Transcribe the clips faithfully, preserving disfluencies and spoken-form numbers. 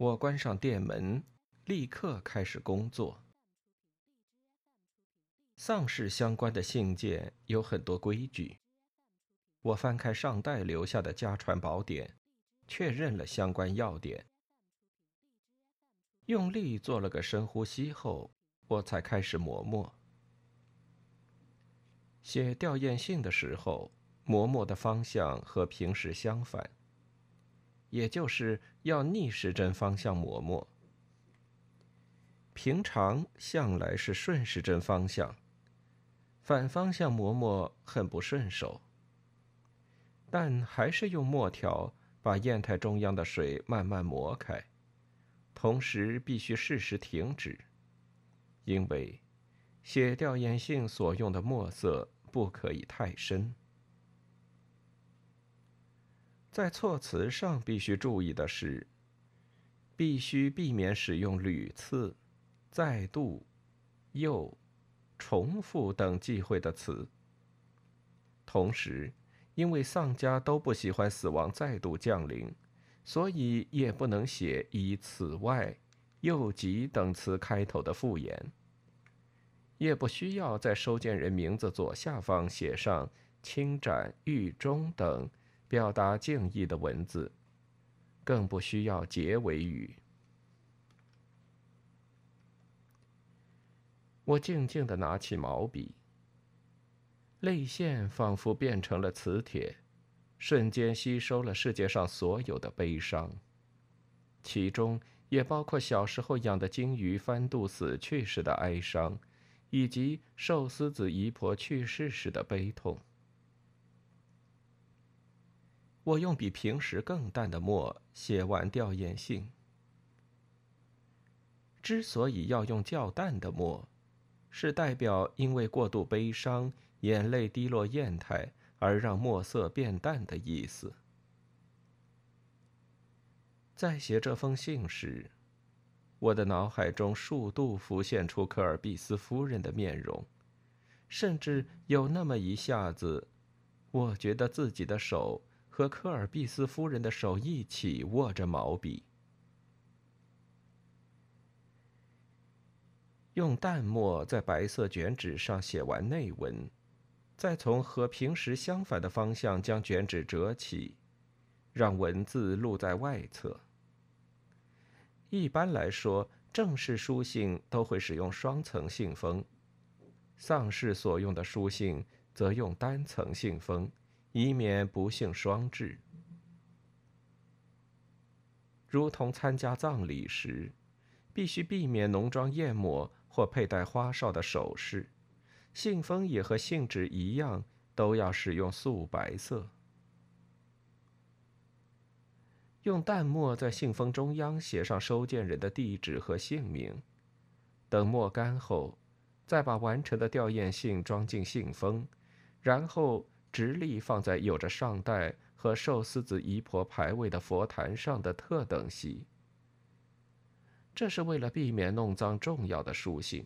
我关上店门，立刻开始工作。丧事相关的信件有很多规矩。我翻开上代留下的家传宝典，确认了相关要点。用力做了个深呼吸后，我才开始磨墨。写吊唁信的时候，磨墨的方向和平时相反，也就是要逆时针方向磨墨。平常向来是顺时针方向，反方向磨墨很不顺手。但还是用墨条把砚台中央的水慢慢磨开，同时必须适时停止，因为写吊唁信所用的墨色不可以太深。在措辞上必须注意的是，必须避免使用屡次、再度、又、重复等忌讳的词。同时，因为丧家都不喜欢死亡再度降临，所以也不能写以此外、又及等词开头的附言，也不需要在收件人名字左下方写上清斩、狱中等表达敬意的文字，更不需要结尾语。我静静地拿起毛笔，泪腺仿佛变成了磁铁，瞬间吸收了世界上所有的悲伤，其中也包括小时候养的金鱼翻肚死去时的哀伤，以及寿司子姨婆去世时的悲痛。我用比平时更淡的墨写完吊唁信。之所以要用较淡的墨，是代表因为过度悲伤，眼泪滴落砚台而让墨色变淡的意思。在写这封信时，我的脑海中数度浮现出科尔毕斯夫人的面容，甚至有那么一下子，我觉得自己的手和科尔毕斯夫人的手一起握着毛笔。用淡墨在白色卷纸上写完内文，再从和平时相反的方向将卷纸折起，让文字露在外侧。一般来说，正式书信都会使用双层信封，丧事所用的书信则用单层信封，以免不幸双至。如同参加葬礼时，必须避免浓妆艳抹或佩戴花哨的首饰，信封也和信纸一样，都要使用素白色。用淡墨在信封中央写上收件人的地址和姓名，等墨干后，再把完成的吊唁信装进信封，然后直立放在有着上代和寿司子姨婆牌位的佛坛上的特等席。这是为了避免弄脏重要的书信。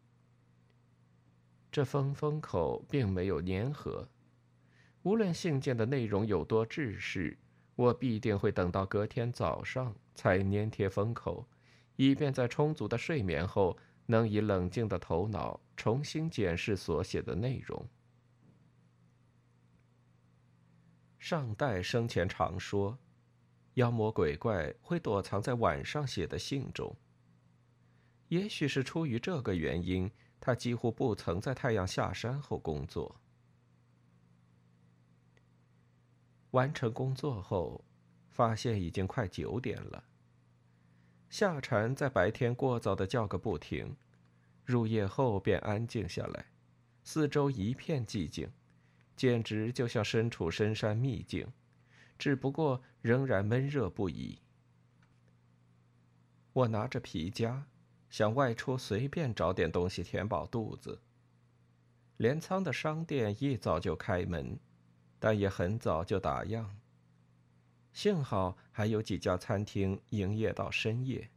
这封封口并没有粘合，无论信件的内容有多制式，我必定会等到隔天早上才粘贴封口，以便在充足的睡眠后，能以冷静的头脑重新检视所写的内容。上代生前常说，妖魔鬼怪会躲藏在晚上写的信中。也许是出于这个原因，他几乎不曾在太阳下山后工作。完成工作后，发现已经快九点了。夏蝉在白天过早地叫个不停，入夜后便安静下来，四周一片寂静，简直就像身处深山秘境，只不过仍然闷热不已。我拿着皮夹，想外出随便找点东西填饱肚子。镰仓的商店一早就开门，但也很早就打烊。幸好还有几家餐厅营业到深夜。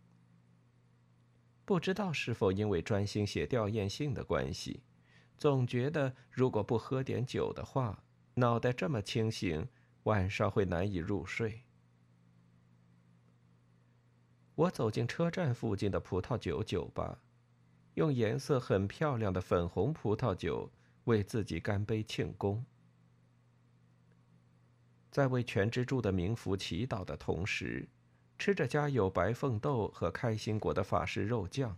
不知道是否因为专心写吊唁信的关系，总觉得如果不喝点酒的话，脑袋这么清醒，晚上会难以入睡。 我走进车站附近的葡萄酒酒吧，用颜色很漂亮的粉红葡萄酒为自己干杯庆功。在为全之助的冥福祈祷的同时，吃着加有白凤豆和开心果的法式肉酱。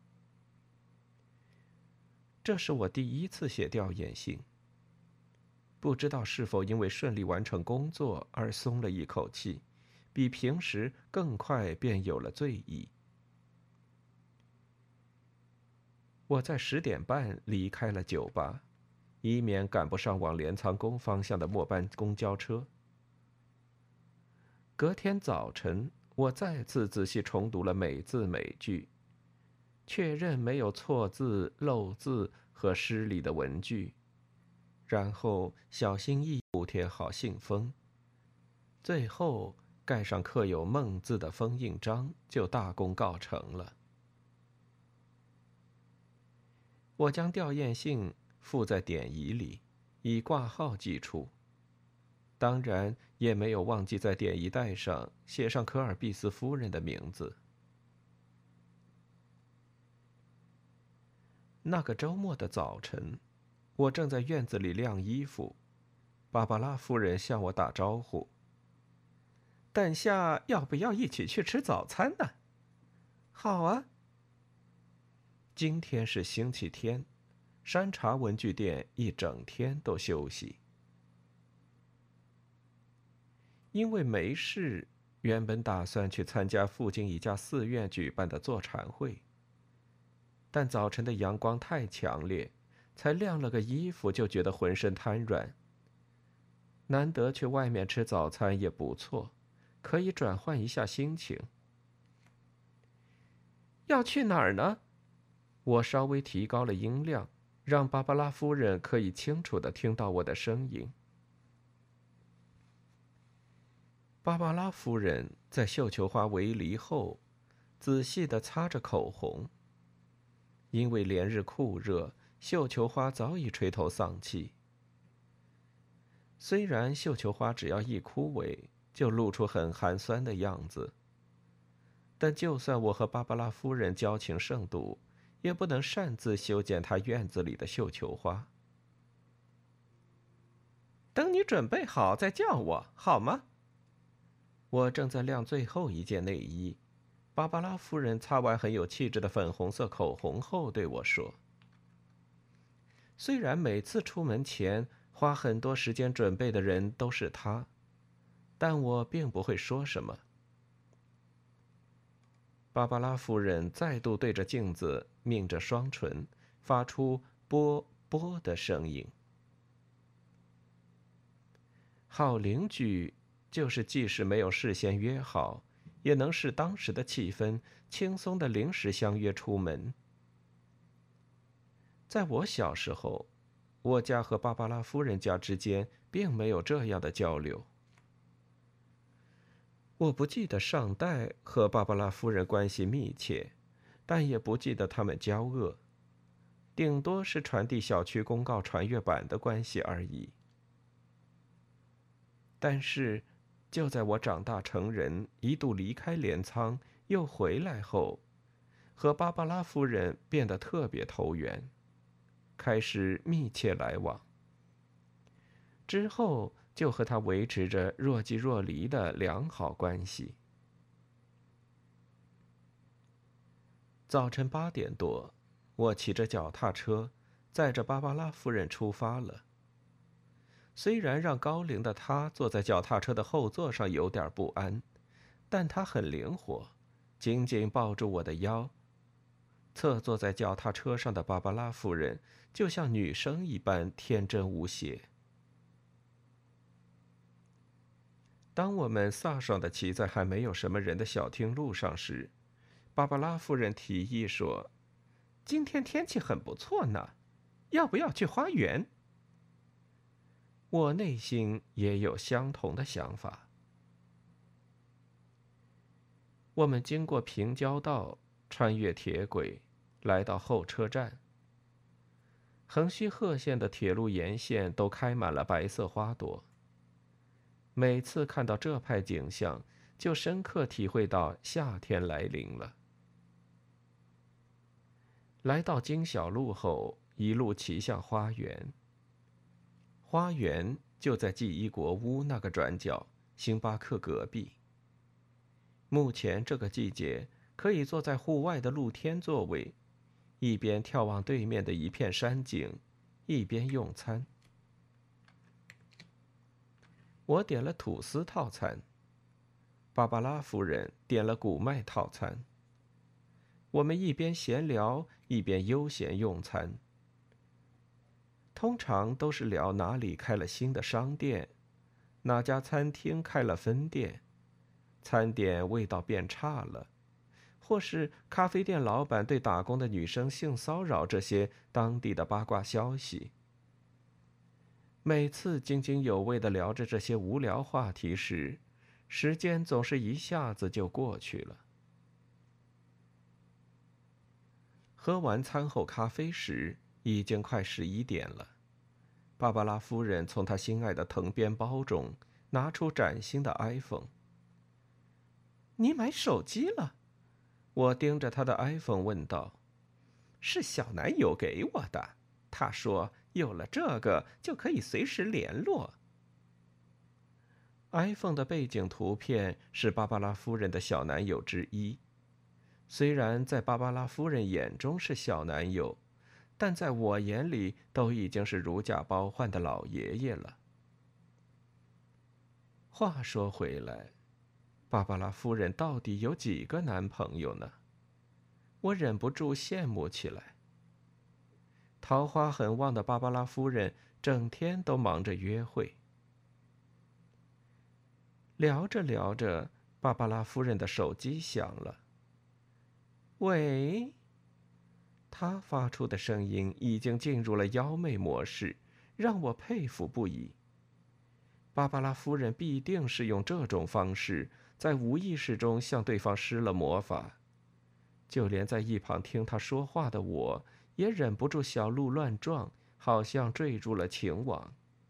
这是我第一次写吊唁信，不知道是否因为顺利完成工作而松了一口气，比平时更快便有了醉意。我在十点半离开了酒吧，以免赶不上往镰仓宫方向的末班公交车。隔天早晨，我再次仔细重读了每字每句，确认没有错字、漏字和失礼的文句，然后小心翼翼补贴好信封，最后盖上刻有“梦”字的封印章，就大功告成了。我将吊唁信附在典仪里，以挂号寄出。当然，也没有忘记在典仪袋上写上科尔毕斯夫人的名字。那个周末的早晨，我正在院子里晾衣服，芭芭拉夫人向我打招呼：“等下要不要一起去吃早餐呢？”“好啊。”今天是星期天，山茶文具店一整天都休息。因为没事，原本打算去参加附近一家寺院举办的坐禅会，但早晨的阳光太强烈，才晾了个衣服就觉得浑身瘫软。难得去外面吃早餐也不错，可以转换一下心情。要去哪儿呢？我稍微提高了音量，让芭芭拉夫人可以清楚地听到我的声音。芭芭拉夫人在绣球花围篱后，仔细地擦着口红。因为连日酷热，绣球花早已垂头丧气。虽然绣球花只要一枯萎，就露出很寒酸的样子，但就算我和芭芭拉夫人交情甚笃，也不能擅自修剪她院子里的绣球花。等你准备好再叫我，好吗？我正在晾最后一件内衣，芭芭拉夫人擦完很有气质的粉红色口红后对我说：“虽然每次出门前花很多时间准备的人都是她，但我并不会说什么。”芭芭拉夫人再度对着镜子抿着双唇，发出“啵啵”的声音。好邻居就是即使没有事先约好，也能使当时的气氛轻松的临时相约出门。在我小时候，我家和芭芭拉夫人家之间并没有这样的交流。我不记得上代和芭芭拉夫人关系密切，但也不记得他们交恶，顶多是传递小区公告传阅板的关系而已。但是，就在我长大成人，一度离开镰仓又回来后，和芭芭拉夫人变得特别投缘，开始密切来往。之后就和她维持着若即若离的良好关系。早晨八点多，我骑着脚踏车，载着芭芭拉夫人出发了。虽然让高龄的她坐在脚踏车的后座上有点不安，但她很灵活，紧紧抱住我的腰。侧坐在脚踏车上的芭芭拉夫人就像女生一般天真无邪。当我们飒爽地骑在还没有什么人的小汀路上时，芭芭拉夫人提议说：“今天天气很不错呢，要不要去花园？”我内心也有相同的想法。我们经过平交道，穿越铁轨，来到候车站。横须贺线的铁路沿线都开满了白色花朵。每次看到这派景象， 就深刻体会到夏天来临了。来到金小路后，一路骑向花园。花园就在记忆国屋那个转角，星巴克隔壁。目前这个季节，可以坐在户外的露天座位，一边眺望对面的一片山景，一边用餐。我点了吐司套餐，芭芭拉夫人点了古麦套餐。我们一边闲聊，一边悠闲用餐。通常都是聊哪里开了新的商店，哪家餐厅开了分店，餐点味道变差了，或是咖啡店老板对打工的女生性骚扰这些当地的八卦消息。每次津津有味地聊着这些无聊话题时，时间总是一下子就过去了。喝完餐后咖啡时，已经快十一点了。芭芭拉夫人从她心爱的藤编包中拿出崭新的 iPhone。你买手机了？我盯着她的 iPhone 问道。是小男友给我的，他说有了这个就可以随时联络。iPhone 的背景图片是芭芭拉夫人的小男友之一。虽然在芭芭拉夫人眼中是小男友，但在我眼里都已经是如假包换的老爷爷了。话说回来，芭芭拉夫人到底有几个男朋友呢？我忍不住羡慕起来。桃花很旺的芭芭拉夫人整天都忙着约会。聊着聊着，芭芭拉夫人的手机响了。喂，她发出的声音已经进入了妖媚模式，让我佩服不已。芭芭拉夫人必定是用这种方式，在无意识中向对方施了魔法。就连在一旁听她说话的我，也忍不住小鹿乱撞，好像坠入了情网。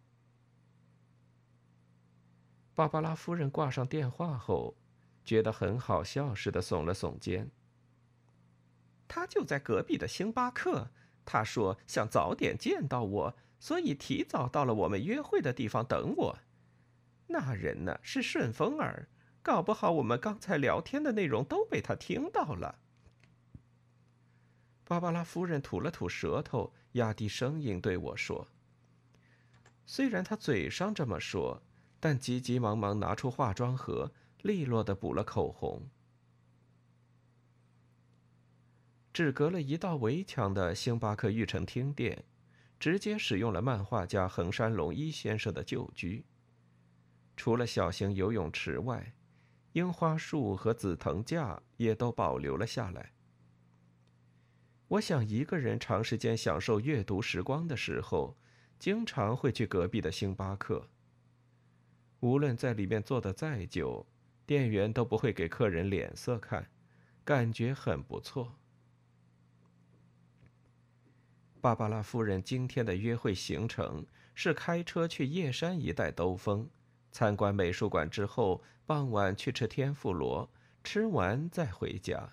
芭芭拉夫人挂上电话后，觉得很好笑似的耸了耸肩。他就在隔壁的星巴克，他说想早点见到我，所以提早到了我们约会的地方等我。那人呢是顺风耳，搞不好我们刚才聊天的内容都被他听到了。芭芭拉夫人吐了吐舌头，压低声音对我说：“虽然她嘴上这么说，但急急忙忙拿出化妆盒，利落地补了口红。”只隔了一道围墙的星巴克育成厅店，直接使用了漫画家横山隆一先生的旧居。除了小型游泳池外，樱花树和紫藤架也都保留了下来。我想一个人长时间享受阅读时光的时候，经常会去隔壁的星巴克。无论在里面坐得再久，店员都不会给客人脸色看，感觉很不错。芭芭拉夫人今天的约会行程是开车去叶山一带兜风，参观美术馆之后，傍晚去吃天妇罗，吃完再回家。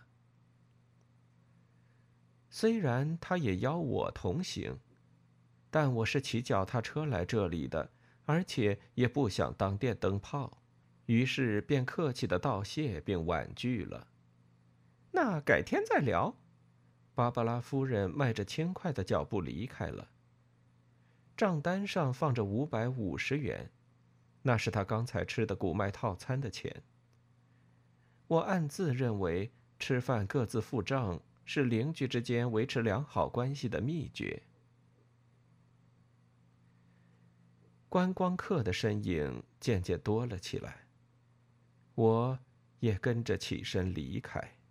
虽然她也邀我同行，但我是骑脚踏车来这里的，而且也不想当电灯泡，于是便客气地道谢并婉拒了。那改天再聊。芭芭拉夫人迈着轻快的脚步离开了。账单上放着五百五十元，那是她刚才吃的古麦套餐的钱。我暗自认为，吃饭各自付账是邻居之间维持良好关系的秘诀。观光客的身影渐渐多了起来，我也跟着起身离开。